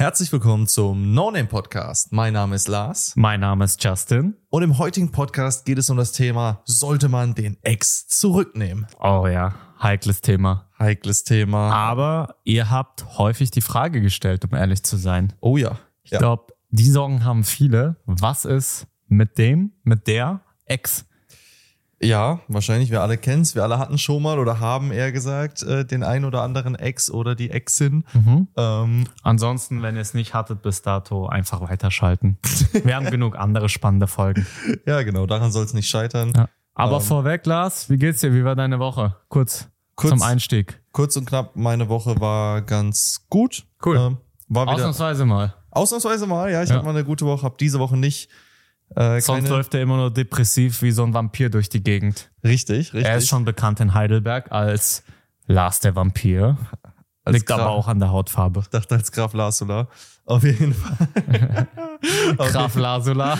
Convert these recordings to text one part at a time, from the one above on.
Herzlich willkommen zum No-Name-Podcast. Mein Name ist Lars. Mein Name ist Justin. Und im heutigen Podcast geht es um das Thema, sollte man den Ex zurücknehmen? Oh ja, heikles Thema. Heikles Thema. Aber ihr habt häufig die Frage gestellt, um ehrlich zu sein. Oh ja. Ich glaube, die Sorgen haben viele. Was ist mit der Ex? Ja, wahrscheinlich, wir alle kennen es. Wir alle hatten schon mal oder haben eher gesagt, den ein oder anderen Ex oder die Exin. Ansonsten, wenn ihr es nicht hattet bis dato, einfach weiterschalten. Wir haben genug andere spannende Folgen. Ja, genau, daran soll es nicht scheitern. Ja. Aber vorweg, Lars, wie geht's dir? Wie war deine Woche? Kurz zum Einstieg. Kurz und knapp, meine Woche war ganz gut. Cool. War wieder Ausnahmsweise mal. Ausnahmsweise mal, ja. Ich hatte mal eine gute Woche, habe diese Woche nicht. Sonst läuft er immer nur depressiv wie so ein Vampir durch die Gegend. Richtig. Er ist schon bekannt in Heidelberg als Lars der Vampir. Liegt aber auch an der Hautfarbe. Ich dachte als Graf Lasula. Auf jeden Fall. Graf Lasula.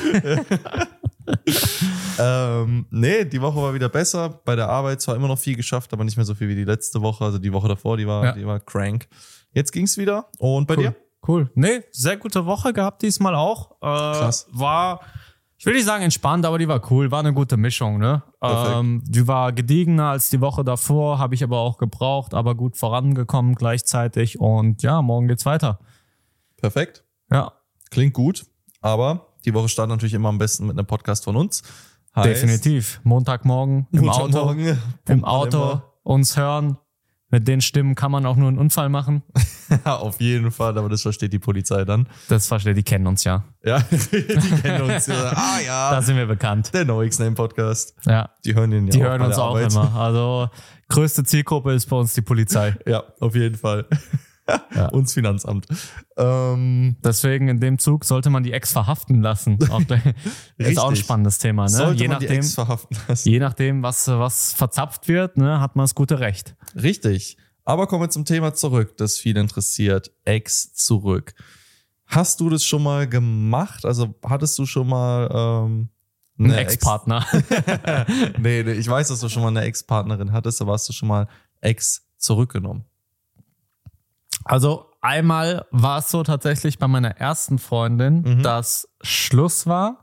Nee, die Woche war wieder besser. Bei der Arbeit zwar immer noch viel geschafft, aber nicht mehr so viel wie die letzte Woche. Also die Woche davor, die war crank. Jetzt ging's wieder. Und bei dir? Cool. Nee, sehr gute Woche gehabt diesmal auch. Krass. War, ich will nicht sagen entspannt, aber die war cool. War eine gute Mischung, ne? Die war gediegener als die Woche davor, habe ich aber auch gebraucht, aber gut vorangekommen gleichzeitig. Und ja, morgen geht's weiter. Perfekt. Ja. Klingt gut. Aber die Woche startet natürlich immer am besten mit einem Podcast von uns. Heißt, definitiv. Montagmorgen im Auto uns hören. Mit den Stimmen kann man auch nur einen Unfall machen. Ja, auf jeden Fall, aber das versteht die Polizei dann. Die kennen uns ja. Ja, die kennen uns ja. Ah ja. Da sind wir bekannt. Der No X-Name Podcast. Ja. Die hören den ja Die auch hören bei uns der auch Arbeit. immer. Also größte Zielgruppe ist bei uns die Polizei. Ja, auf jeden Fall. Ja. Und das Finanzamt. Deswegen in dem Zug sollte man die Ex verhaften lassen. Ist auch ein spannendes Thema. Ne? Sollte man die Ex verhaften lassen. Je nachdem, was verzapft wird, ne, hat man das gute Recht. Richtig. Aber kommen wir zum Thema zurück, das viele interessiert. Ex zurück. Hast du das schon mal gemacht? Also hattest du schon mal einen Ex-Partner? Nee, ich weiß, dass du schon mal eine Ex-Partnerin hattest, aber hast du schon mal Ex zurückgenommen? Also einmal war es so tatsächlich bei meiner ersten Freundin, dass Schluss war.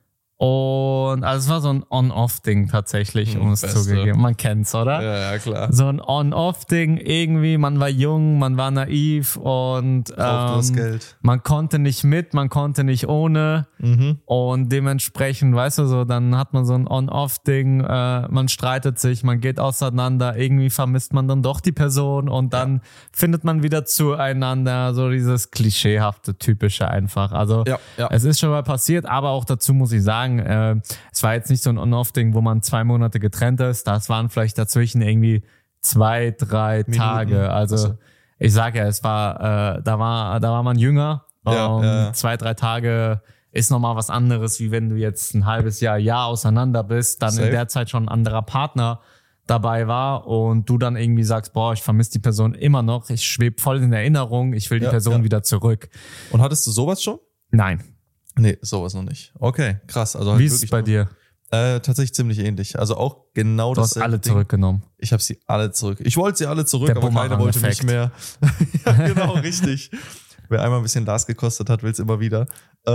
Und also es war so ein On-Off-Ding tatsächlich, um es zugegeben. Man kennt's, oder? Ja, klar. So ein On-Off-Ding irgendwie, man war jung, man war naiv und das Geld. Man konnte nicht mit, man konnte nicht ohne. Und dementsprechend, weißt du so, dann hat man so ein On-Off-Ding, man streitet sich, man geht auseinander, irgendwie vermisst man dann doch die Person und dann findet man wieder zueinander, so dieses klischeehafte, typische einfach. Also es ist schon mal passiert, aber auch dazu muss ich sagen, es war jetzt nicht so ein On-Off-Ding, wo man 2 Monate getrennt ist. Das waren vielleicht dazwischen irgendwie 2, 3 Tage. Also ich sage ja, es war, da war man jünger. 2, 3 Tage ist nochmal was anderes, wie wenn du jetzt ein halbes Jahr auseinander bist, dann in der Zeit schon ein anderer Partner dabei war und du dann irgendwie sagst, boah, ich vermisse die Person immer noch, ich schwebe voll in Erinnerung, ich will die Person wieder zurück. Und hattest du sowas schon? Nein. Nee, sowas noch nicht. Okay, krass. Also wie ist es bei dir? Tatsächlich ziemlich ähnlich. Also auch genau das. Du hast alle zurückgenommen. Ich habe sie alle zurück. Ich wollte sie alle zurück, aber keiner wollte mich mehr. Ja, genau, richtig. Wer einmal ein bisschen Lars gekostet hat, will es immer wieder.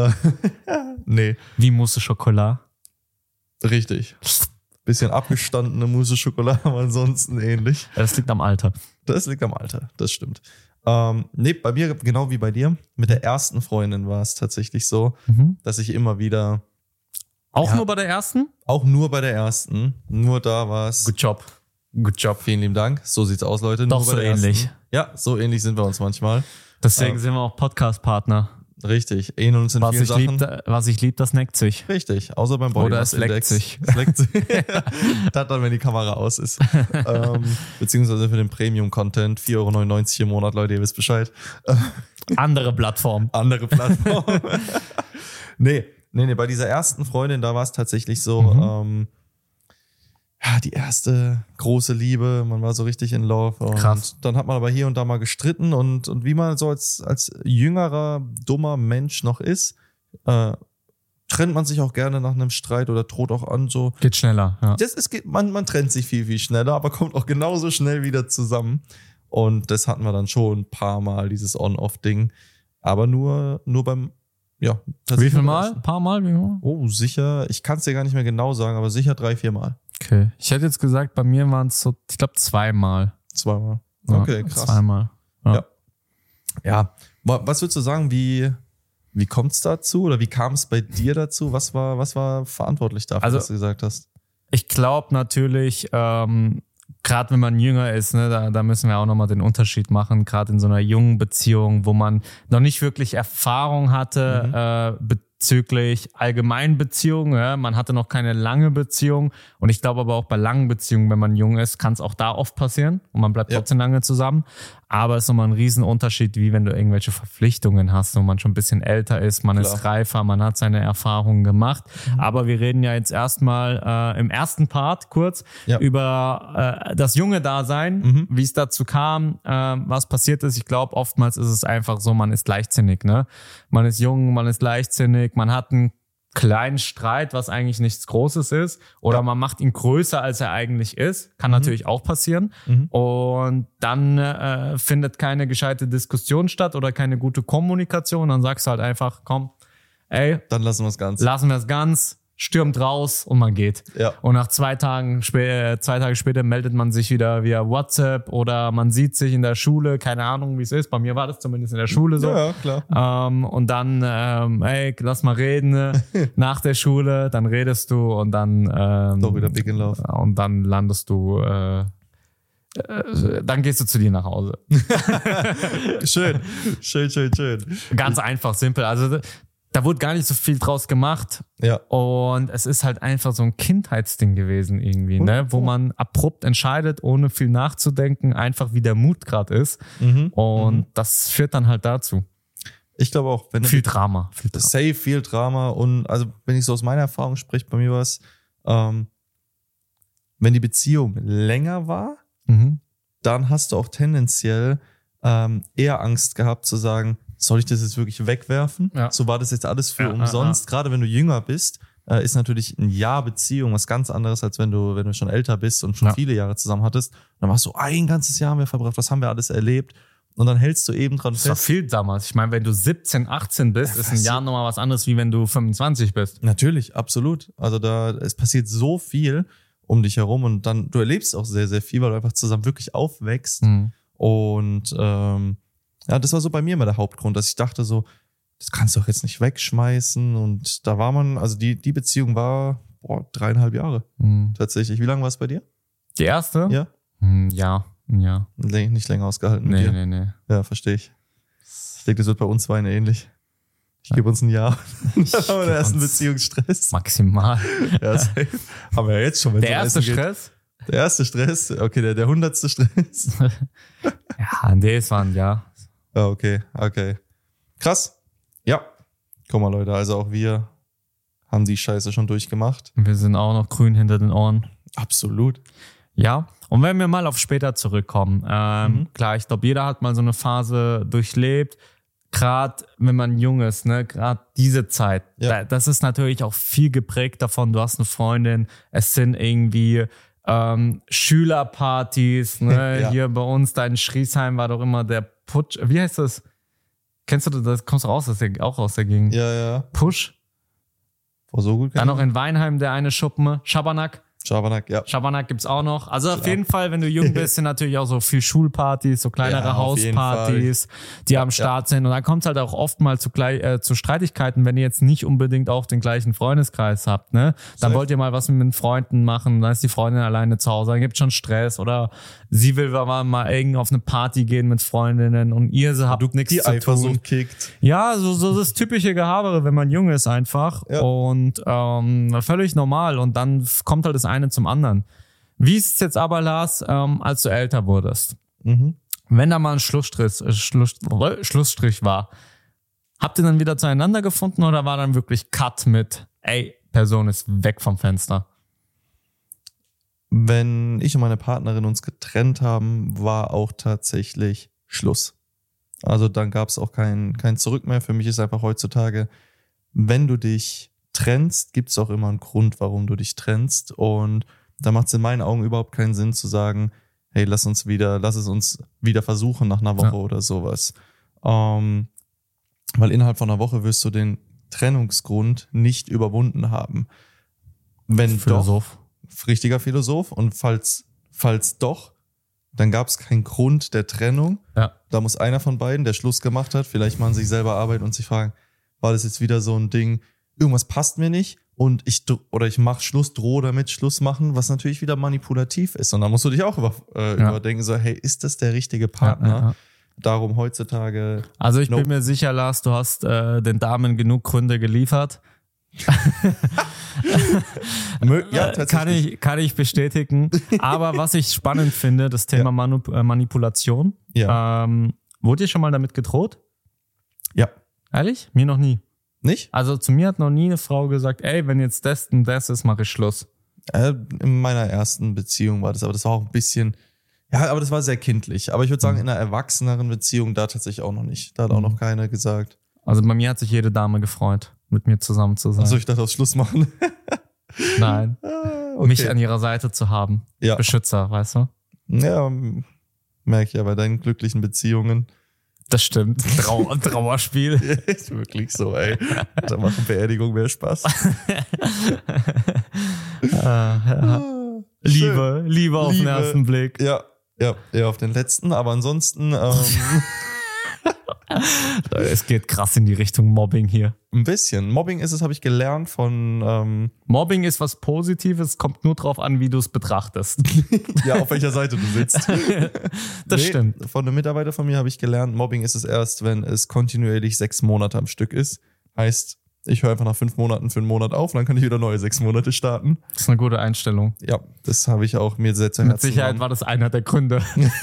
Nee. Wie Mousse Schokolade? Richtig. Bisschen abgestandene Mousse Schokolade, aber ansonsten ähnlich. Das liegt am Alter. Das liegt am Alter, das stimmt. Nee, bei mir, genau wie bei dir, mit der ersten Freundin war es tatsächlich so, dass ich immer wieder... Auch nur bei der ersten? Auch nur bei der ersten. Nur da war es... Good job. Vielen lieben Dank. So sieht's aus, Leute. Doch so ähnlich. Ersten. Ja, so ähnlich sind wir uns manchmal. Deswegen sind wir auch Podcast-Partner. Richtig. Ähneln uns in vielen Sachen. Was ich lieb, das neckt sich. Richtig. Außer beim Body Oder es leckt sich. Es leckt sich. Das dann, wenn die Kamera aus ist. Beziehungsweise für den Premium-Content 4,99 € im Monat, Leute, ihr wisst Bescheid. Andere Plattform. Nee, bei dieser ersten Freundin, da war es tatsächlich so, die erste große Liebe, man war so richtig in Love. Und krass. Dann hat man aber hier und da mal gestritten und wie man so als jüngerer, dummer Mensch noch ist, trennt man sich auch gerne nach einem Streit oder droht auch an, so. Geht schneller, ja. Man trennt sich viel, viel schneller, aber kommt auch genauso schnell wieder zusammen. Und das hatten wir dann schon ein paar Mal, dieses On-Off-Ding. Aber nur beim, ja. Wie viel Mal? Ein paar Mal? Wie viel Mal? Oh, sicher. Ich kann es dir gar nicht mehr genau sagen, aber sicher 3-4 Mal. Okay. Ich hätte jetzt gesagt, bei mir waren es so, ich glaube, 2 Mal. 2 Mal. Okay, krass. 2 Mal. Ja. Was würdest du sagen, wie kommt es dazu oder wie kam es bei dir dazu? Was war verantwortlich dafür, was du gesagt hast? Ich glaube natürlich, gerade wenn man jünger ist, ne, da müssen wir auch nochmal den Unterschied machen, gerade in so einer jungen Beziehung, wo man noch nicht wirklich Erfahrung hatte bezüglich Allgemeinbeziehungen. Ja, man hatte noch keine lange Beziehung und ich glaube aber auch bei langen Beziehungen, wenn man jung ist, kann es auch da oft passieren und man bleibt trotzdem lange zusammen. Aber es ist nochmal ein Riesenunterschied, wie wenn du irgendwelche Verpflichtungen hast und man schon ein bisschen älter ist, man ist reifer, man hat seine Erfahrungen gemacht. Aber wir reden ja jetzt erstmal im ersten Part kurz über das junge Dasein, wie es dazu kam, was passiert ist. Ich glaube, oftmals ist es einfach so, man ist leichtsinnig. Ne? Man ist jung, man ist leichtsinnig, man hat einen kleinen Streit, was eigentlich nichts Großes ist, oder man macht ihn größer, als er eigentlich ist. Kann natürlich auch passieren. Und dann findet keine gescheite Diskussion statt oder keine gute Kommunikation. Dann sagst du halt einfach, komm, ey, dann lassen wir es ganz. Stürmt raus und man geht. Ja. Und nach 2 Tage später meldet man sich wieder via WhatsApp oder man sieht sich in der Schule, keine Ahnung, wie es ist. Bei mir war das zumindest in der Schule so. Ja, klar. Und dann, ey, lass mal reden. Nach der Schule, dann redest du und dann doch wieder Big in Love. Und dann landest du dann gehst du zu dir nach Hause. Schön. Ganz einfach, simpel. Also da wurde gar nicht so viel draus gemacht. Ja. Und es ist halt einfach so ein Kindheitsding gewesen irgendwie, ne? Wo man abrupt entscheidet, ohne viel nachzudenken, einfach wie der Mut gerade ist. Und das führt dann halt dazu. Ich glaube auch, wenn viel Drama. Safe, viel Drama. Und also wenn ich so aus meiner Erfahrung spreche, bei mir war es, wenn die Beziehung länger war, dann hast du auch tendenziell eher Angst gehabt zu sagen, soll ich das jetzt wirklich wegwerfen? Ja. So war das jetzt alles für umsonst. Gerade wenn du jünger bist, ist natürlich ein Jahr Beziehung was ganz anderes, als wenn du schon älter bist und schon viele Jahre zusammen hattest. Und dann warst du ein ganzes Jahr haben wir verbracht, was haben wir alles erlebt? Und dann hältst du eben dran fest. Das war viel damals. Ich meine, wenn du 17, 18 bist, ist ein Jahr nochmal was anderes, wie wenn du 25 bist. Natürlich, absolut. Also es passiert so viel um dich herum und dann, du erlebst auch sehr, sehr viel, weil du einfach zusammen wirklich aufwächst. Und das war so bei mir immer der Hauptgrund, dass ich dachte so, das kannst du doch jetzt nicht wegschmeißen. Und da war man, also die Beziehung war 3,5 Jahre tatsächlich. Wie lange war es bei dir? Die erste? Ja. Ja. Nicht länger ausgehalten mit dir? Nee. Ja, verstehe ich. Ich denke, das wird bei uns beiden ähnlich. Ich gebe uns ein Jahr. Dann haben wir den ersten Beziehungsstress. Maximal. Ja, safe. Haben wir ja jetzt schon. Der erste Stress? Der erste Stress? Okay, der 100. Stress. Ja, das war ein Jahr. Okay. Krass. Ja. Guck mal, Leute, also auch wir haben die Scheiße schon durchgemacht. Wir sind auch noch grün hinter den Ohren. Absolut. Ja, und wenn wir mal auf später zurückkommen, klar, ich glaube, jeder hat mal so eine Phase durchlebt, gerade wenn man jung ist, ne, gerade diese Zeit, das ist natürlich auch viel geprägt davon, du hast eine Freundin, es sind irgendwie Schülerpartys, ne, hier bei uns, da in Schriesheim war doch immer der Putsch, wie heißt das? Kennst du das? Kommst du raus, das ist auch aus der Gegend. Ja. Push. War so gut. Dann noch in Weinheim der eine Schuppen, Schabernack. Schabernack gibt's auch noch. Also auf jeden Fall, wenn du jung bist, sind natürlich auch so viel Schulpartys, so kleinere Hauspartys, die am Start sind. Und dann kommt es halt auch oft mal zu Streitigkeiten, wenn ihr jetzt nicht unbedingt auch den gleichen Freundeskreis habt. Ne? Dann wollt ihr mal was mit Freunden machen, dann ist die Freundin alleine zu Hause, dann gibt's schon Stress. Oder sie will mal irgendwie auf eine Party gehen mit Freundinnen und ihr habt nichts zu tun. Die Eifersucht kickt. Ja, so das typische Gehabere, wenn man jung ist einfach. Ja. Und völlig normal. Und dann kommt halt das eine zum anderen. Wie ist es jetzt aber, Lars, als du älter wurdest? Wenn da mal ein Schlussstrich war, habt ihr dann wieder zueinander gefunden oder war dann wirklich Cut mit, ey, Person ist weg vom Fenster? Wenn ich und meine Partnerin uns getrennt haben, war auch tatsächlich Schluss. Also dann gab es auch kein Zurück mehr. Für mich ist einfach heutzutage, wenn du dich trennst, gibt es auch immer einen Grund, warum du dich trennst. Und da macht es in meinen Augen überhaupt keinen Sinn zu sagen, hey, lass es uns wieder versuchen nach einer Woche oder sowas. Weil innerhalb von einer Woche wirst du den Trennungsgrund nicht überwunden haben. Wenn Philosoph. Doch, richtiger Philosoph. Und falls doch, dann gab es keinen Grund der Trennung. Ja. Da muss einer von beiden, der Schluss gemacht hat, vielleicht mal an sich selber arbeiten und sich fragen, war das jetzt wieder so ein Ding, irgendwas passt mir nicht und ich mache Schluss, drohe damit Schluss machen, was natürlich wieder manipulativ ist. Und da musst du dich auch überdenken, so, hey, ist das der richtige Partner? Ja. Darum heutzutage... Also ich bin mir sicher, Lars, du hast den Damen genug Gründe geliefert. Ja, tatsächlich. Kann ich bestätigen. Aber was ich spannend finde, das Thema Manipulation. Ja. Wurde dir schon mal damit gedroht? Ja. Ehrlich? Mir noch nie. Nicht? Also zu mir hat noch nie eine Frau gesagt, ey, wenn jetzt das und das ist, mache ich Schluss. In meiner ersten Beziehung war das, aber das war auch ein bisschen, ja, aber das war sehr kindlich. Aber ich würde sagen, in einer erwachseneren Beziehung da tatsächlich auch noch nicht. Da hat auch noch keiner gesagt. Also bei mir hat sich jede Dame gefreut, mit mir zusammen zu sein. Also ich dachte, auf Schluss machen. Nein. Okay. Mich an ihrer Seite zu haben. Ja. Beschützer, weißt du? Ja, merke ich ja bei deinen glücklichen Beziehungen. Das stimmt. Trauerspiel. Ist wirklich so, ey. Da machen Beerdigung mehr Spaß. Liebe auf den ersten Blick. Ja, auf den letzten. Aber ansonsten... Es geht krass in die Richtung Mobbing hier. Ein bisschen. Mobbing ist es, habe ich gelernt von... Mobbing ist was Positives, kommt nur drauf an, wie du es betrachtest. Ja, auf welcher Seite du sitzt. Das stimmt. Von einem Mitarbeiter von mir habe ich gelernt, Mobbing ist es erst, wenn es kontinuierlich 6 Monate am Stück ist. Heißt, ich höre einfach nach 5 Monaten für einen Monat auf und dann kann ich wieder neue 6 Monate starten. Das ist eine gute Einstellung. Ja, das habe ich auch mir sehr zu Herzen Mit Sicherheit genommen. war das einer der Gründe.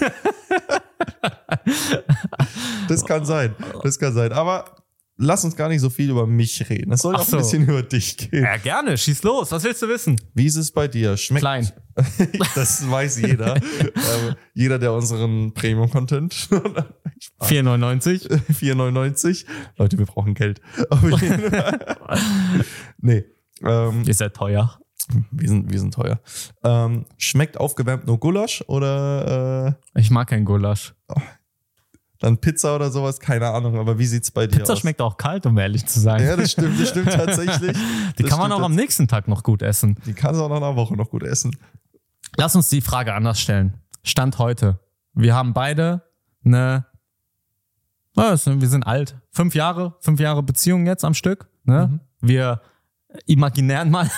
Das kann sein. Aber lass uns gar nicht so viel über mich reden. Es soll auch ein bisschen über dich gehen. Ja, gerne. Schieß los. Was willst du wissen? Wie ist es bei dir? Schmeckt klein. Das weiß jeder. Jeder, der unseren Premium-Content 4,99. 4,99. Leute, wir brauchen Geld. Auf jeden Fall. Nee. Ist ja teuer. Wir sind teuer. Schmeckt aufgewärmt nur Gulasch oder? Ich mag kein Gulasch. Dann Pizza oder sowas, keine Ahnung. Aber wie sieht's bei dir aus? Pizza schmeckt auch kalt, um ehrlich zu sein. Ja, das stimmt tatsächlich. Die kann man auch am nächsten Tag noch gut essen. Die kannst du auch nach einer Woche noch gut essen. Lass uns die Frage anders stellen. Stand heute. Wir haben beide wir sind alt. 5 Jahre Beziehung jetzt am Stück. Ne? Mhm. Wir imaginären mal.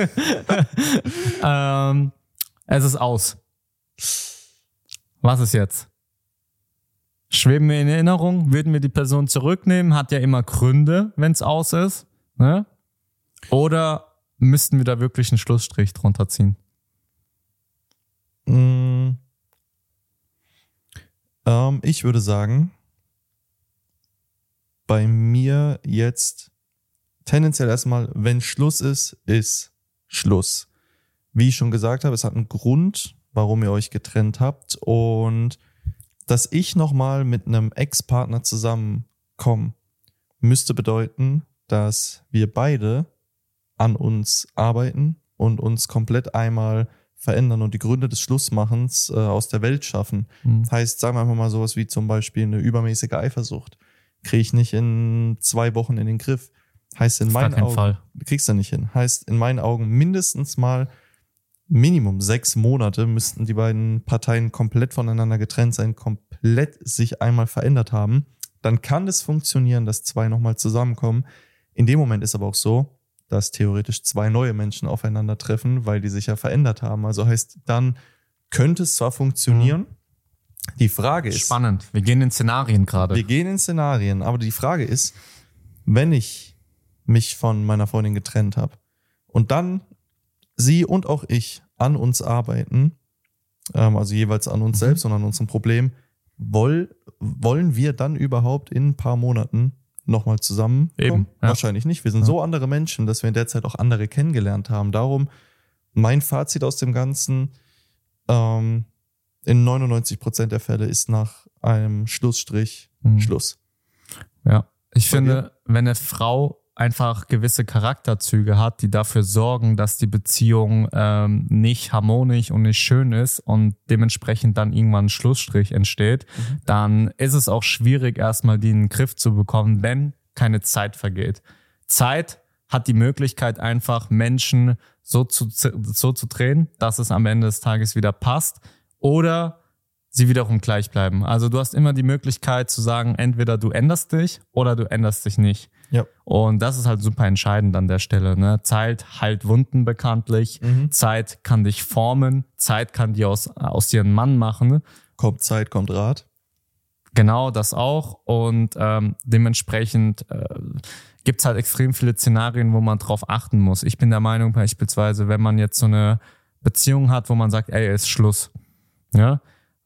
Es ist aus. Was ist jetzt? Schweben wir in Erinnerung? Würden wir die Person zurücknehmen? Hat ja immer Gründe, wenn es aus ist. Ne? Oder müssten wir da wirklich einen Schlussstrich drunter ziehen? Ich würde sagen, bei mir jetzt tendenziell erstmal, wenn Schluss ist Schluss. Wie ich schon gesagt habe, es hat einen Grund, warum ihr euch getrennt habt. Und dass ich nochmal mit einem Ex-Partner zusammenkomme, müsste bedeuten, dass wir beide an uns arbeiten und uns komplett einmal verändern und die Gründe des Schlussmachens aus der Welt schaffen. Heißt, sagen wir einfach mal sowas wie zum Beispiel eine übermäßige Eifersucht. Kriege ich nicht in 2 Wochen in den Griff. Heißt in meinen Augen, Fall. Kriegst du nicht hin. Heißt in meinen Augen mindestens mal Minimum 6 Monate müssten die beiden Parteien komplett voneinander getrennt sein, komplett sich einmal verändert haben. Dann kann es funktionieren, dass 2 nochmal zusammenkommen. In dem Moment ist aber auch so, dass theoretisch 2 neue Menschen aufeinandertreffen, weil die sich ja verändert haben. Also heißt, dann könnte es zwar funktionieren. Die Frage ist... Spannend. Wir gehen in Szenarien gerade. Wir gehen in Szenarien, aber die Frage ist, wenn ich mich von meiner Freundin getrennt habe und dann sie und auch ich an uns arbeiten, also jeweils an uns selbst und an unserem Problem, wollen wir dann überhaupt in ein paar Monaten nochmal zusammenkommen? Eben, ja. Wahrscheinlich nicht. Wir sind so andere Menschen, dass wir in der Zeit auch andere kennengelernt haben. Darum mein Fazit aus dem Ganzen, in 99% der Fälle ist nach einem Schlussstrich Schluss. Ja, ich finde, wenn eine Frau einfach gewisse Charakterzüge hat, die dafür sorgen, dass die Beziehung nicht harmonisch und nicht schön ist und dementsprechend dann irgendwann ein Schlussstrich entsteht, dann ist es auch schwierig, erstmal die in den Griff zu bekommen, denn keine Zeit vergeht. Zeit hat die Möglichkeit, einfach Menschen so zu drehen, dass es am Ende des Tages wieder passt oder sie wiederum gleich bleiben. Also du hast immer die Möglichkeit zu sagen, entweder du änderst dich oder du änderst dich nicht. Ja. Und das ist halt super entscheidend an der Stelle. Ne? Zeit heilt Wunden bekanntlich. Zeit kann dich formen. Zeit kann dir aus dir einen Mann machen. Kommt Zeit, kommt Rat. Genau, das auch. Und dementsprechend gibt's halt extrem viele Szenarien, wo man drauf achten muss. Ich bin der Meinung beispielsweise, wenn man jetzt so eine Beziehung hat, wo man sagt, ey, ist Schluss. Ja,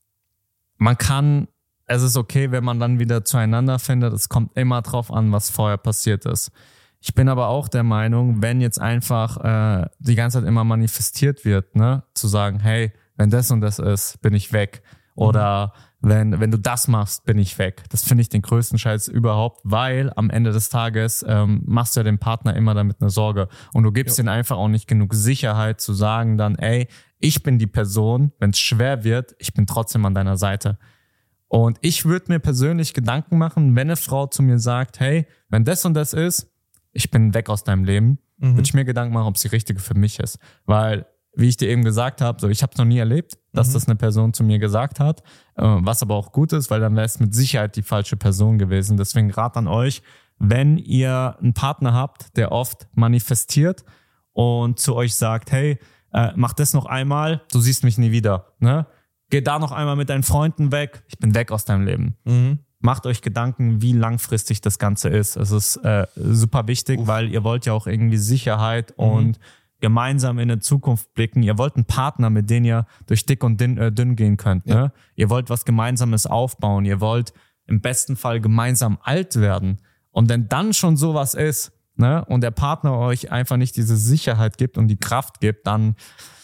es ist okay, wenn man dann wieder zueinander findet. Es kommt immer drauf an, was vorher passiert ist. Ich bin aber auch der Meinung, wenn jetzt einfach die ganze Zeit immer manifestiert wird, ne, zu sagen, hey, wenn das und das ist, bin ich weg. Oder wenn du das machst, bin ich weg. Das finde ich den größten Scheiß überhaupt, weil am Ende des Tages machst du ja dem Partner immer damit eine Sorge. Und du gibst ihm einfach auch nicht genug Sicherheit zu sagen dann, ey, ich bin die Person, wenn es schwer wird, ich bin trotzdem an deiner Seite. Und ich würde mir persönlich Gedanken machen, wenn eine Frau zu mir sagt, hey, wenn das und das ist, ich bin weg aus deinem Leben, würde ich mir Gedanken machen, ob sie richtige für mich ist. Weil, wie ich dir eben gesagt habe, so ich habe es noch nie erlebt, dass das eine Person zu mir gesagt hat, was aber auch gut ist, weil dann wäre es mit Sicherheit die falsche Person gewesen. Deswegen Rat an euch, wenn ihr einen Partner habt, der oft manifestiert und zu euch sagt, hey, mach das noch einmal, du siehst mich nie wieder. Ne? Geh da noch einmal mit deinen Freunden weg, ich bin weg aus deinem Leben. Macht euch Gedanken, wie langfristig das Ganze ist. Es ist super wichtig, weil ihr wollt ja auch irgendwie Sicherheit und gemeinsam in eine Zukunft blicken. Ihr wollt einen Partner, mit dem ihr durch dick und dünn gehen könnt. Ne? Ihr wollt was Gemeinsames aufbauen. Ihr wollt im besten Fall gemeinsam alt werden. Und wenn dann schon sowas ist, ne, und der Partner euch einfach nicht diese Sicherheit gibt und die Kraft gibt, dann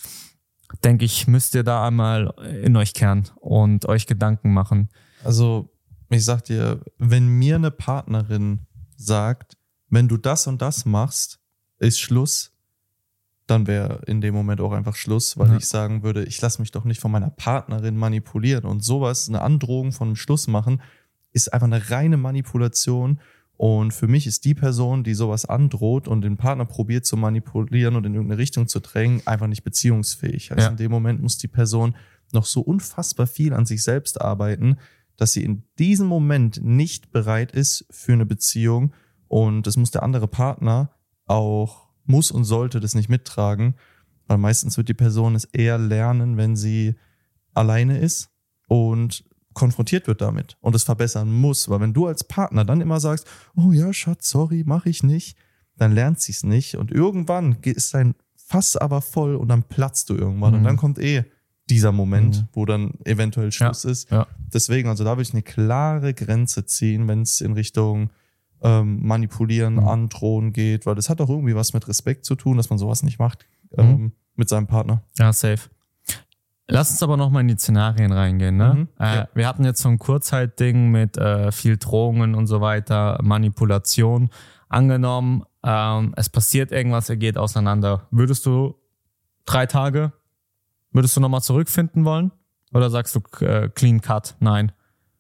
denke ich, müsst ihr da einmal in euch kehren und euch Gedanken machen. Also ich sag dir, wenn mir eine Partnerin sagt, wenn du das und das machst, ist Schluss, dann wäre in dem Moment auch einfach Schluss, weil ich sagen würde, ich lasse mich doch nicht von meiner Partnerin manipulieren. Und sowas, eine Androhung von einem Schluss machen, ist einfach eine reine Manipulation. Und für mich ist die Person, die sowas androht und den Partner probiert zu manipulieren und in irgendeine Richtung zu drängen, einfach nicht beziehungsfähig. Also in dem Moment muss die Person noch so unfassbar viel an sich selbst arbeiten, dass sie in diesem Moment nicht bereit ist für eine Beziehung. Und das muss der andere Partner auch, muss und sollte das nicht mittragen, weil meistens wird die Person es eher lernen, wenn sie alleine ist und konfrontiert wird damit und es verbessern muss. Weil wenn du als Partner dann immer sagst, oh ja, Schatz, sorry, mach ich nicht, dann lernt sie es nicht und irgendwann ist dein Fass aber voll und dann platzt du irgendwann und dann kommt dieser Moment, wo dann eventuell Schluss ist. Ja. Deswegen, also da will ich eine klare Grenze ziehen, wenn es in Richtung Manipulieren, Androhen geht, weil das hat auch irgendwie was mit Respekt zu tun, dass man sowas nicht macht mit seinem Partner. Ja, safe. Lass uns aber nochmal in die Szenarien reingehen. Ne? Wir hatten jetzt so ein Kurzzeitding mit viel Drohungen und so weiter, Manipulation. Angenommen, es passiert irgendwas, ihr geht auseinander. Würdest du 3 Tage, würdest du nochmal zurückfinden wollen? Oder sagst du clean cut? Nein.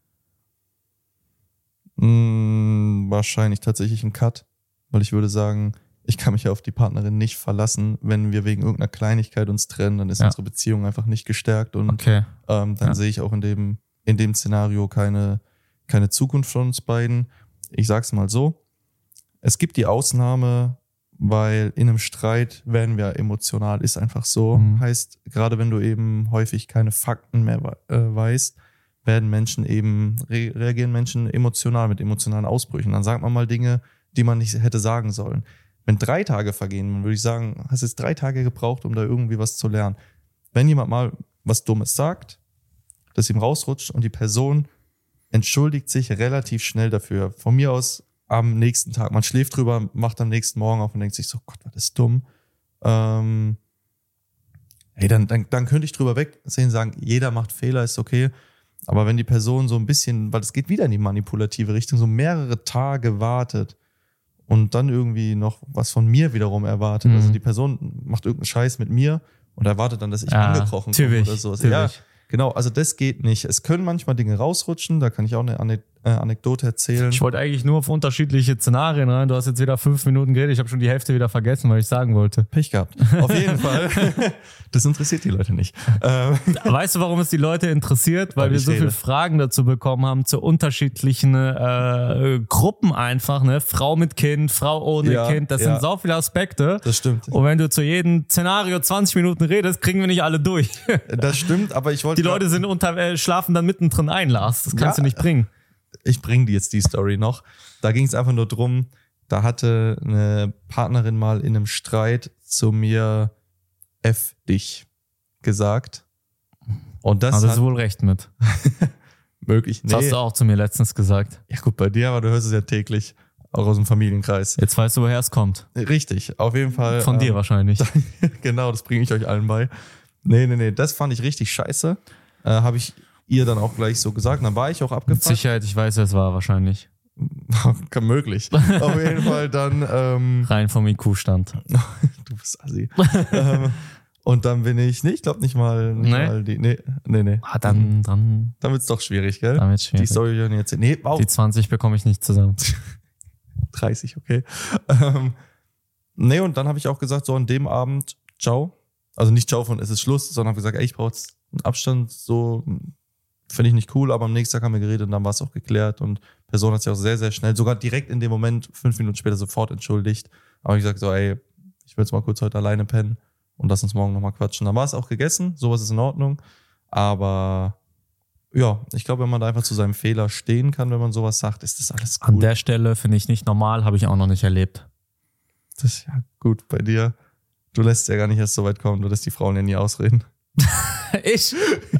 Wahrscheinlich tatsächlich ein Cut, weil ich würde sagen, ich kann mich ja auf die Partnerin nicht verlassen. Wenn wir wegen irgendeiner Kleinigkeit uns trennen, dann ist unsere Beziehung einfach nicht gestärkt und dann sehe ich auch in dem Szenario keine Zukunft von uns beiden. Ich sag's mal so, es gibt die Ausnahme, weil in einem Streit werden wir emotional, ist einfach so. Heißt, gerade wenn du eben häufig keine Fakten mehr weißt, reagieren Menschen emotional mit emotionalen Ausbrüchen. Dann sagt man mal Dinge, die man nicht hätte sagen sollen. Wenn 3 Tage vergehen, dann würde ich sagen, hast jetzt 3 Tage gebraucht, um da irgendwie was zu lernen. Wenn jemand mal was Dummes sagt, das ihm rausrutscht und die Person entschuldigt sich relativ schnell dafür. Von mir aus am nächsten Tag. Man schläft drüber, macht am nächsten Morgen auf und denkt sich so, Gott, war das dumm. Dann könnte ich drüber wegsehen, sagen, jeder macht Fehler, ist okay. Aber wenn die Person so ein bisschen, weil es geht wieder in die manipulative Richtung, so mehrere Tage wartet und dann irgendwie noch was von mir wiederum erwartet. Also die Person macht irgendeinen Scheiß mit mir und erwartet dann, dass ich angekrochen komme oder so. Ja, Genau, also das geht nicht. Es können manchmal Dinge rausrutschen, da kann ich auch eine Anekdote erzählen. Ich wollte eigentlich nur auf unterschiedliche Szenarien rein. Du hast jetzt wieder 5 Minuten geredet. Ich habe schon die Hälfte wieder vergessen, was ich sagen wollte. Pech gehabt. Auf jeden Fall. Das interessiert die Leute nicht. Weißt du, warum es die Leute interessiert? Weil wir so viele Fragen dazu bekommen haben, zu unterschiedlichen Gruppen einfach. Ne? Frau mit Kind, Frau ohne Kind. Das sind so viele Aspekte. Das stimmt. Und wenn du zu jedem Szenario 20 Minuten redest, kriegen wir nicht alle durch. Das stimmt, aber ich wollte... Die Leute sind schlafen dann mittendrin ein, Lars. Das kannst du nicht bringen. Ich bringe dir jetzt die Story noch. Da ging es einfach nur drum, da hatte eine Partnerin mal in einem Streit zu mir F dich gesagt. Und das hat wohl recht mit. Möglich. Nee. Das hast du auch zu mir letztens gesagt. Ja gut, bei dir, aber du hörst es ja täglich, auch aus dem Familienkreis. Jetzt weißt du, woher es kommt. Richtig, auf jeden Fall. Von dir wahrscheinlich. Genau, das bringe ich euch allen bei. Nee, das fand ich richtig scheiße. Habe ich ihr dann auch gleich so gesagt. Und dann war ich auch abgefuckt. Mit Sicherheit, ich weiß, wer es war wahrscheinlich. Möglich. Auf jeden Fall dann... rein vom IQ-Stand. Du bist assi. Und dann bin ich... Nee, ich glaube nicht mal die... Nee. Dann wird's doch schwierig, gell? Dann wird's schwierig. Die Story hören jetzt... Nee, die 20 bekomme ich nicht zusammen. 30, okay. Nee, und dann habe ich auch gesagt, so an dem Abend, ciao. Also nicht ciao von es ist Schluss, sondern habe gesagt, ey, ich brauche jetzt einen Abstand, so... Finde ich nicht cool, aber am nächsten Tag haben wir geredet und dann war es auch geklärt und die Person hat sich auch sehr, sehr schnell, sogar direkt in dem Moment, 5 Minuten später sofort entschuldigt. Aber ich gesagt so, ey, ich will jetzt mal kurz heute alleine pennen und lass uns morgen nochmal quatschen. Dann war es auch gegessen, sowas ist in Ordnung. Aber ja, ich glaube, wenn man da einfach zu seinem Fehler stehen kann, wenn man sowas sagt, ist das alles cool. An der Stelle finde ich nicht normal, habe ich auch noch nicht erlebt. Das ist ja gut bei dir. Du lässt es ja gar nicht erst so weit kommen, du lässt die Frauen ja nie ausreden. Ich?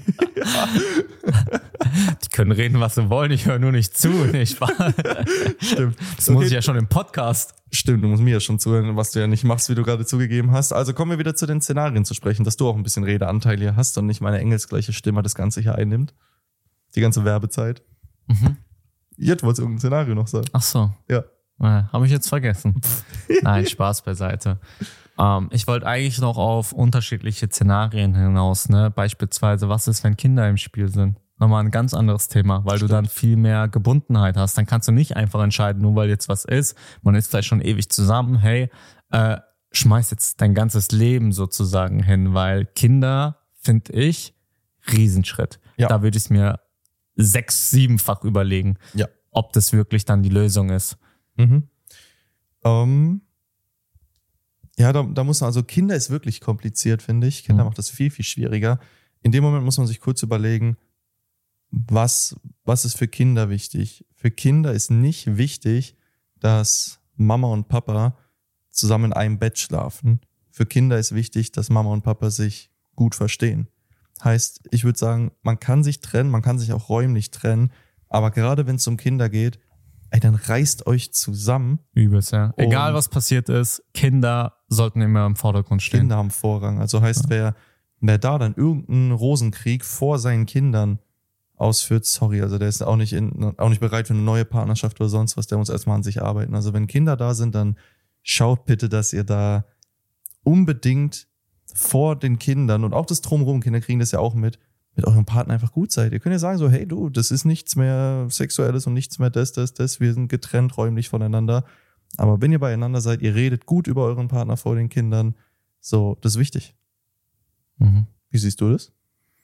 Die können reden, was sie wollen, ich höre nur nicht zu. Stimmt. Das muss ich ja schon im Podcast. Stimmt, du musst mir ja schon zuhören, was du ja nicht machst, wie du gerade zugegeben hast. Also kommen wir wieder zu den Szenarien zu sprechen, dass du auch ein bisschen Redeanteil hier hast und nicht meine engelsgleiche Stimme das Ganze hier einnimmt. Die ganze Werbezeit. Mhm. Jetzt wolltest du irgendein Szenario noch sagen. Ach so. Ja. Habe ich jetzt vergessen. Nein, Spaß beiseite. Ich wollte eigentlich noch auf unterschiedliche Szenarien hinaus, ne? Beispielsweise, was ist, wenn Kinder im Spiel sind? Nochmal ein ganz anderes Thema, weil Stimmt. du dann viel mehr Gebundenheit hast. Dann kannst du nicht einfach entscheiden, nur weil jetzt was ist. Man ist vielleicht schon ewig zusammen. Hey, schmeiß jetzt dein ganzes Leben sozusagen hin, weil Kinder, finde ich, Riesenschritt. Ja. Da würde ich es mir 6-, 7-fach überlegen, ob das wirklich dann die Lösung ist. Mhm. Ja, da muss man, also Kinder ist wirklich kompliziert, finde ich. Kinder macht das viel, viel schwieriger. In dem Moment muss man sich kurz überlegen, was ist für Kinder wichtig? Für Kinder ist nicht wichtig, dass Mama und Papa zusammen in einem Bett schlafen. Für Kinder ist wichtig, dass Mama und Papa sich gut verstehen. Heißt, ich würde sagen, man kann sich trennen, man kann sich auch räumlich trennen, aber gerade wenn es um Kinder geht, ey, dann reißt euch zusammen. Übelst, ja. Egal was passiert ist, Kinder sollten immer im Vordergrund stehen. Kinder haben Vorrang. Also heißt, wer da dann irgendeinen Rosenkrieg vor seinen Kindern ausführt, sorry, also der ist auch nicht bereit für eine neue Partnerschaft oder sonst was, der muss erstmal an sich arbeiten. Also wenn Kinder da sind, dann schaut bitte, dass ihr da unbedingt vor den Kindern und auch das Drumherum, Kinder kriegen das ja auch mit eurem Partner einfach gut seid. Ihr könnt ja sagen so, hey du, das ist nichts mehr Sexuelles und nichts mehr das, wir sind getrennt räumlich voneinander. Aber wenn ihr beieinander seid, ihr redet gut über euren Partner vor den Kindern, so, das ist wichtig. Mhm. Wie siehst du das?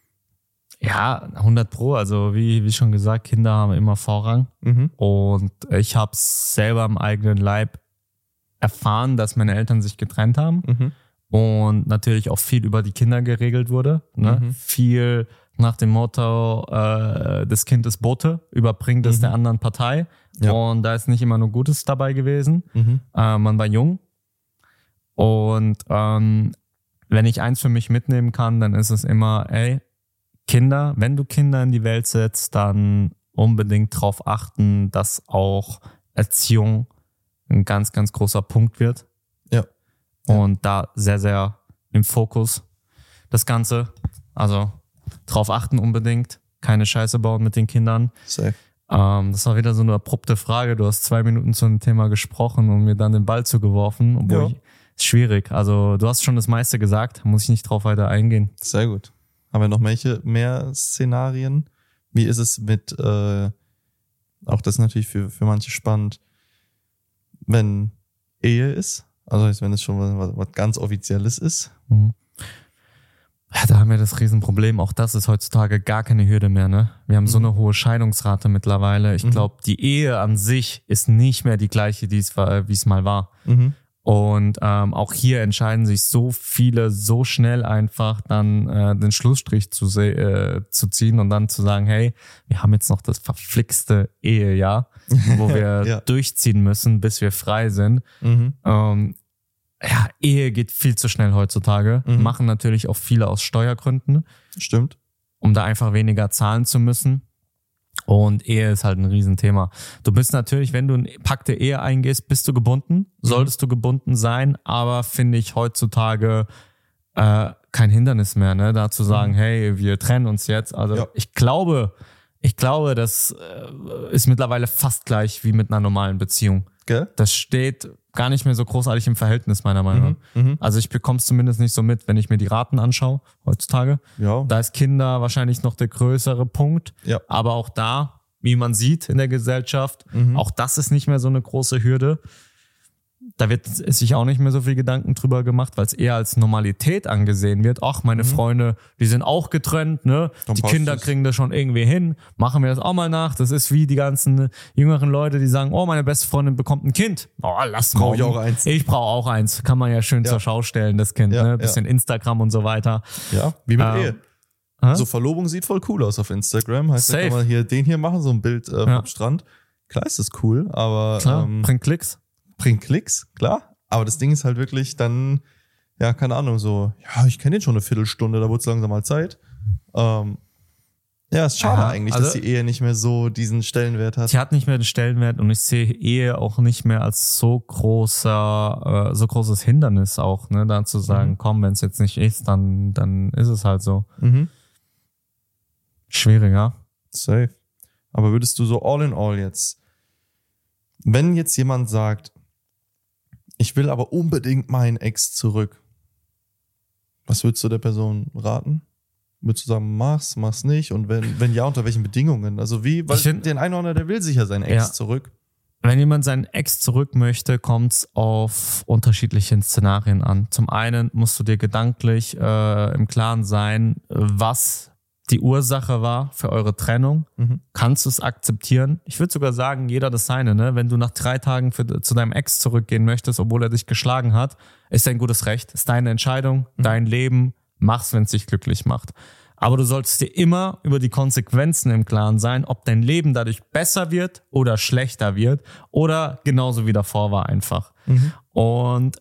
Ja, 100%. Also wie schon gesagt, Kinder haben immer Vorrang. Mhm. Und ich habe es selber am eigenen Leib erfahren, dass meine Eltern sich getrennt haben. Mhm. Und natürlich auch viel über die Kinder geregelt wurde. Ne? Mhm. Viel nach dem Motto, das Kind ist Bote, überbringt es der anderen Partei. Ja. Und da ist nicht immer nur Gutes dabei gewesen. Mhm. Man war jung. Und wenn ich eins für mich mitnehmen kann, dann ist es immer, ey, Kinder, wenn du Kinder in die Welt setzt, dann unbedingt darauf achten, dass auch Erziehung ein ganz, ganz großer Punkt wird. Ja. Und da sehr, sehr im Fokus das Ganze. Also drauf achten unbedingt. Keine Scheiße bauen mit den Kindern. Safe. Das war wieder so eine abrupte Frage. Du hast 2 Minuten zu einem Thema gesprochen und mir dann den Ball zugeworfen. Obwohl ist schwierig. Also du hast schon das meiste gesagt. Muss ich nicht drauf weiter eingehen. Sehr gut. Haben wir noch mehr Szenarien? Wie ist es mit, auch das ist natürlich für manche spannend, wenn Ehe ist? Also wenn es schon was ganz Offizielles ist? Mhm. Ja, da haben wir das Riesenproblem. Auch das ist heutzutage gar keine Hürde mehr, ne? Wir haben so eine hohe Scheidungsrate mittlerweile. Ich glaube, die Ehe an sich ist nicht mehr die gleiche, wie es mal war. Und auch hier entscheiden sich so viele so schnell einfach dann den Schlussstrich zu ziehen und dann zu sagen, hey, wir haben jetzt noch das verflixte Ehejahr, wo wir durchziehen müssen, bis wir frei sind. Ja, Ehe geht viel zu schnell heutzutage. Machen natürlich auch viele aus Steuergründen. Stimmt. Um da einfach weniger zahlen zu müssen. Und Ehe ist halt ein Riesenthema. Du bist natürlich, wenn du eine Pakt der Ehe eingehst, bist du gebunden. Solltest du gebunden sein. Aber finde ich heutzutage kein Hindernis mehr, ne? Da zu sagen, hey, wir trennen uns jetzt. Also ich glaube, das ist mittlerweile fast gleich wie mit einer normalen Beziehung. Okay. Das steht gar nicht mehr so großartig im Verhältnis, meiner Meinung nach. Also ich bekomme es zumindest nicht so mit, wenn ich mir die Raten anschaue heutzutage. Ja. Da ist Kinder wahrscheinlich noch der größere Punkt. Ja. Aber auch da, wie man sieht in der Gesellschaft, auch das ist nicht mehr so eine große Hürde. Da wird sich auch nicht mehr so viel Gedanken drüber gemacht, weil es eher als Normalität angesehen wird. Ach, meine Freunde, die sind auch getrennt, ne? Dann Die passt Kinder es. kriegen das schon irgendwie hin. Machen wir das auch mal nach. Das ist wie die ganzen jüngeren Leute, die sagen, oh, meine beste Freundin bekommt ein Kind. Oh, lass mal. Brauche ich auch eins. Ich brauche auch eins. Kann man ja schön zur Schau stellen, das Kind, ne? Bisschen Instagram und so weiter. Ja, wie mit Ehe. So Verlobung sieht voll cool aus auf Instagram. Heißt, da kann man den hier machen, so ein Bild vom Strand. Klar ist das cool, aber Klar, bringt Klicks. Bringt Klicks, klar. Aber das Ding ist halt wirklich dann, ja, keine Ahnung, so, ja, ich kenne den schon eine Viertelstunde, da wurde es langsam mal Zeit. Ja, ist schade eigentlich, dass die Ehe nicht mehr so diesen Stellenwert hat. Sie hat nicht mehr den Stellenwert und ich sehe Ehe auch nicht mehr als so großes Hindernis auch, ne, da zu sagen, komm, wenn es jetzt nicht ist, dann ist es halt so. Schwieriger. Safe. Aber würdest du so all in all jetzt, wenn jetzt jemand sagt, ich will aber unbedingt meinen Ex zurück, was würdest du der Person raten? Würdest du sagen, mach's nicht? Und wenn ja, unter welchen Bedingungen? Also weil den Einordner, der will sicher seinen Ex zurück. Wenn jemand seinen Ex zurück möchte, kommt's auf unterschiedliche Szenarien an. Zum einen musst du dir gedanklich im Klaren sein, was die Ursache war für eure Trennung. Kannst du es akzeptieren? Ich würde sogar sagen, jeder das seine, ne? Wenn du nach 3 Tagen zu deinem Ex zurückgehen möchtest, obwohl er dich geschlagen hat, ist dein gutes Recht. Ist deine Entscheidung, dein Leben. Mach's, wenn es dich glücklich macht. Aber du solltest dir immer über die Konsequenzen im Klaren sein, ob dein Leben dadurch besser wird oder schlechter wird oder genauso wie davor war einfach. Und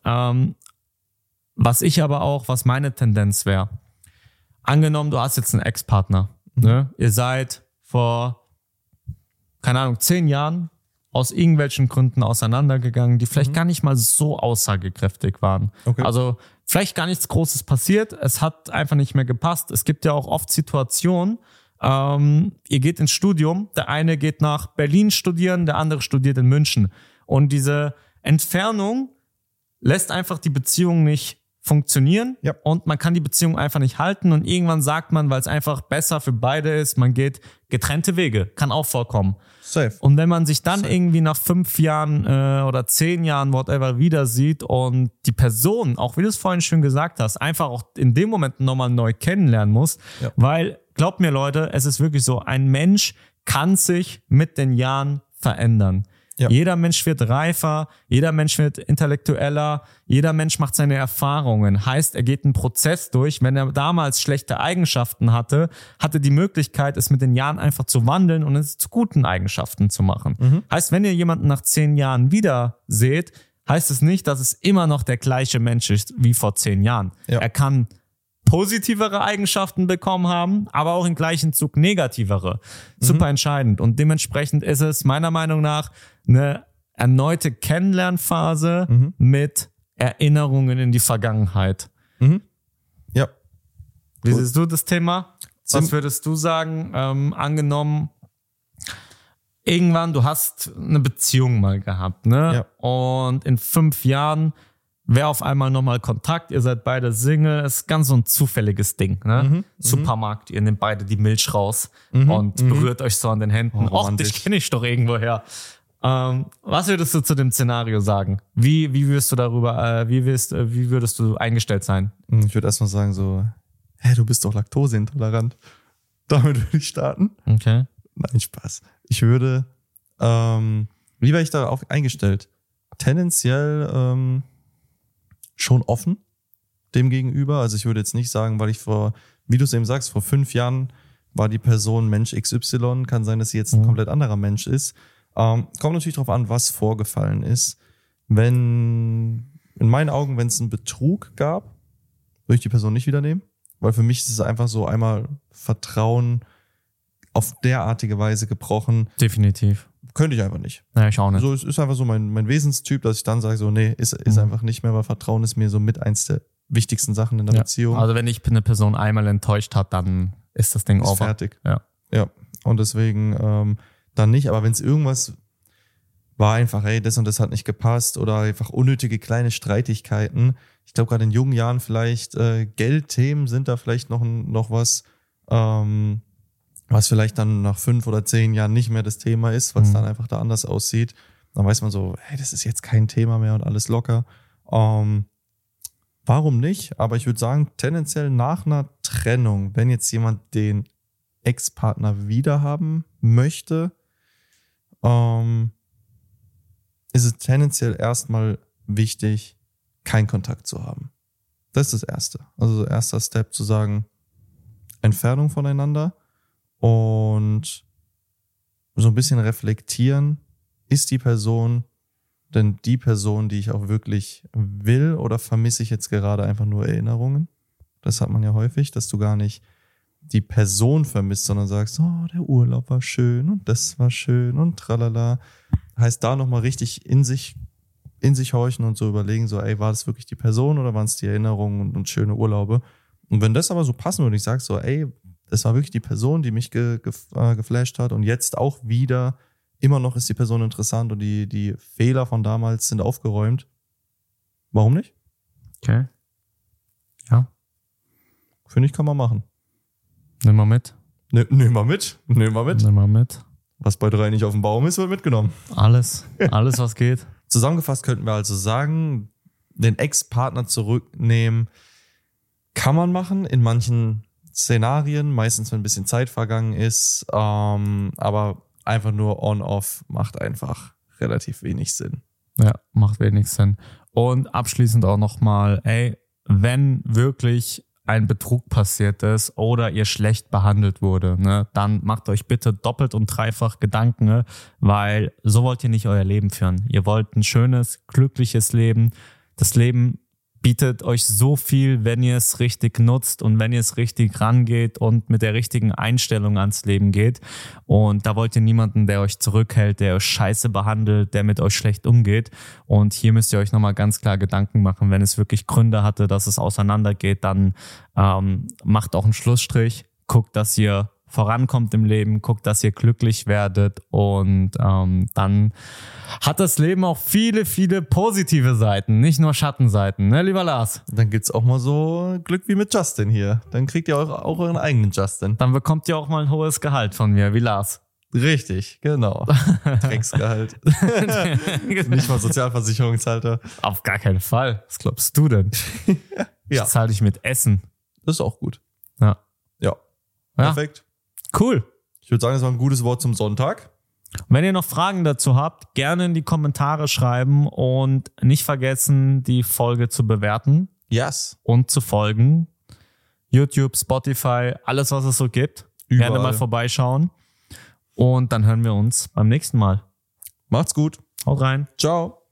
was meine Tendenz wäre, angenommen, du hast jetzt einen Ex-Partner, ne? Ihr seid vor, keine Ahnung, 10 Jahren aus irgendwelchen Gründen auseinandergegangen, die vielleicht gar nicht mal so aussagekräftig waren. Okay. Also vielleicht gar nichts Großes passiert, es hat einfach nicht mehr gepasst. Es gibt ja auch oft Situationen, ihr geht ins Studium, der eine geht nach Berlin studieren, der andere studiert in München. Und diese Entfernung lässt einfach die Beziehung nicht funktionieren und man kann die Beziehung einfach nicht halten und irgendwann sagt man, weil es einfach besser für beide ist, man geht getrennte Wege, kann auch vorkommen. Safe. Und wenn man sich dann irgendwie nach 5 Jahren oder 10 Jahren, whatever, wieder sieht und die Person, auch wie du es vorhin schön gesagt hast, einfach auch in dem Moment nochmal neu kennenlernen muss, weil, glaubt mir Leute, es ist wirklich so, ein Mensch kann sich mit den Jahren verändern. Ja. Jeder Mensch wird reifer, jeder Mensch wird intellektueller, jeder Mensch macht seine Erfahrungen. Heißt, er geht einen Prozess durch. Wenn er damals schlechte Eigenschaften hatte die Möglichkeit, es mit den Jahren einfach zu wandeln und es zu guten Eigenschaften zu machen. Heißt, wenn ihr jemanden nach 10 Jahren wieder seht, heißt es nicht, dass es immer noch der gleiche Mensch ist wie vor 10 Jahren. Ja. Er kann positivere Eigenschaften bekommen haben, aber auch im gleichen Zug negativere. Super entscheidend. Und dementsprechend ist es meiner Meinung nach eine erneute Kennenlernphase mit Erinnerungen in die Vergangenheit. Ja. Wie siehst du das Thema? Was würdest du sagen? Angenommen, irgendwann, du hast eine Beziehung mal gehabt, ne? Ja. Und in 5 Jahren wäre auf einmal nochmal Kontakt, ihr seid beide Single, ist ganz so ein zufälliges Ding, ne? Supermarkt, ihr nehmt beide die Milch raus und berührt euch so an den Händen. Och, dich kenne ich doch irgendwoher. Was würdest du zu dem Szenario sagen? Wie würdest du darüber, wie würdest du eingestellt sein? Ich würde erstmal sagen so, du bist doch laktoseintolerant. Damit würde ich starten. Okay. Nein, Spaß. Ich würde, wie wäre ich da auch eingestellt? Tendenziell schon offen dem gegenüber. Also ich würde jetzt nicht sagen, weil ich wie du es eben sagst, vor 5 Jahren war die Person Mensch XY, kann sein, dass sie jetzt ein komplett anderer Mensch ist. Kommt natürlich darauf an, was vorgefallen ist. In meinen Augen, wenn es einen Betrug gab, würde ich die Person nicht wieder nehmen. Weil für mich ist es einfach so einmal Vertrauen auf derartige Weise gebrochen. Definitiv. Könnte ich einfach nicht. Ja, ich auch nicht. So, es ist einfach so mein Wesenstyp, dass ich dann sage so, nee, ist einfach nicht mehr, weil Vertrauen ist mir so mit eins der wichtigsten Sachen in der Beziehung. Also wenn ich eine Person einmal enttäuscht hat, dann ist das Ding ist over. Fertig. Ja. Und deswegen dann nicht. Aber wenn es irgendwas war einfach, das und das hat nicht gepasst oder einfach unnötige kleine Streitigkeiten. Ich glaube, gerade in jungen Jahren vielleicht Geldthemen sind da vielleicht noch was, was vielleicht dann nach 5 oder 10 Jahren nicht mehr das Thema ist, weil es dann einfach da anders aussieht. Dann weiß man so, das ist jetzt kein Thema mehr und alles locker. Warum nicht? Aber ich würde sagen, tendenziell nach einer Trennung, wenn jetzt jemand den Ex-Partner wiederhaben möchte, ist es tendenziell erstmal wichtig, keinen Kontakt zu haben. Das ist das Erste. Also erster Step zu sagen, Entfernung voneinander und so ein bisschen reflektieren, ist die Person denn die Person, die ich auch wirklich will, oder vermisse ich jetzt gerade einfach nur Erinnerungen? Das hat man ja häufig, dass du gar nicht die Person vermisst, sondern sagst, oh, der Urlaub war schön und das war schön und tralala. Heißt da nochmal richtig in sich horchen und so überlegen, so, war das wirklich die Person oder waren es die Erinnerungen und schöne Urlaube? Und wenn das aber so passen würde, ich sage so, das war wirklich die Person, die mich geflasht hat und jetzt auch wieder, immer noch ist die Person interessant und die Fehler von damals sind aufgeräumt. Warum nicht? Okay. Ja. Finde ich, kann man machen. Nimm mal mit. Nimm mal mit. Was bei 3 nicht auf dem Baum ist, wird mitgenommen. Alles, was geht. Zusammengefasst könnten wir also sagen, den Ex-Partner zurücknehmen kann man machen in manchen Szenarien, meistens wenn ein bisschen Zeit vergangen ist, aber einfach nur on-off macht einfach relativ wenig Sinn. Ja, macht wenig Sinn. Und abschließend auch nochmal, wenn wirklich ein Betrug passiert ist oder ihr schlecht behandelt wurde, ne, dann macht euch bitte doppelt und dreifach Gedanken, ne, weil so wollt ihr nicht euer Leben führen. Ihr wollt ein schönes, glückliches Leben. Das Leben bietet euch so viel, wenn ihr es richtig nutzt und wenn ihr es richtig rangeht und mit der richtigen Einstellung ans Leben geht. Und da wollt ihr niemanden, der euch zurückhält, der euch scheiße behandelt, der mit euch schlecht umgeht. Und hier müsst ihr euch nochmal ganz klar Gedanken machen. Wenn es wirklich Gründe hatte, dass es auseinandergeht, dann macht auch einen Schlussstrich. Guckt, dass ihr vorankommt im Leben, guckt, dass ihr glücklich werdet und dann hat das Leben auch viele, viele positive Seiten, nicht nur Schattenseiten, ne, lieber Lars? Dann gibt's auch mal so Glück wie mit Justin hier. Dann kriegt ihr auch euren eigenen Justin. Dann bekommt ihr auch mal ein hohes Gehalt von mir, wie Lars. Richtig, genau. Drecksgehalt. Nicht mal Sozialversicherungshalter. Auf gar keinen Fall. Was glaubst du denn? Ich zahle dich mit Essen. Das ist auch gut. Ja. Perfekt. Cool. Ich würde sagen, das war ein gutes Wort zum Sonntag. Wenn ihr noch Fragen dazu habt, gerne in die Kommentare schreiben und nicht vergessen, die Folge zu bewerten. Yes. Und zu folgen. YouTube, Spotify, alles, was es so gibt. Überall. Gerne mal vorbeischauen. Und dann hören wir uns beim nächsten Mal. Macht's gut. Haut rein. Ciao.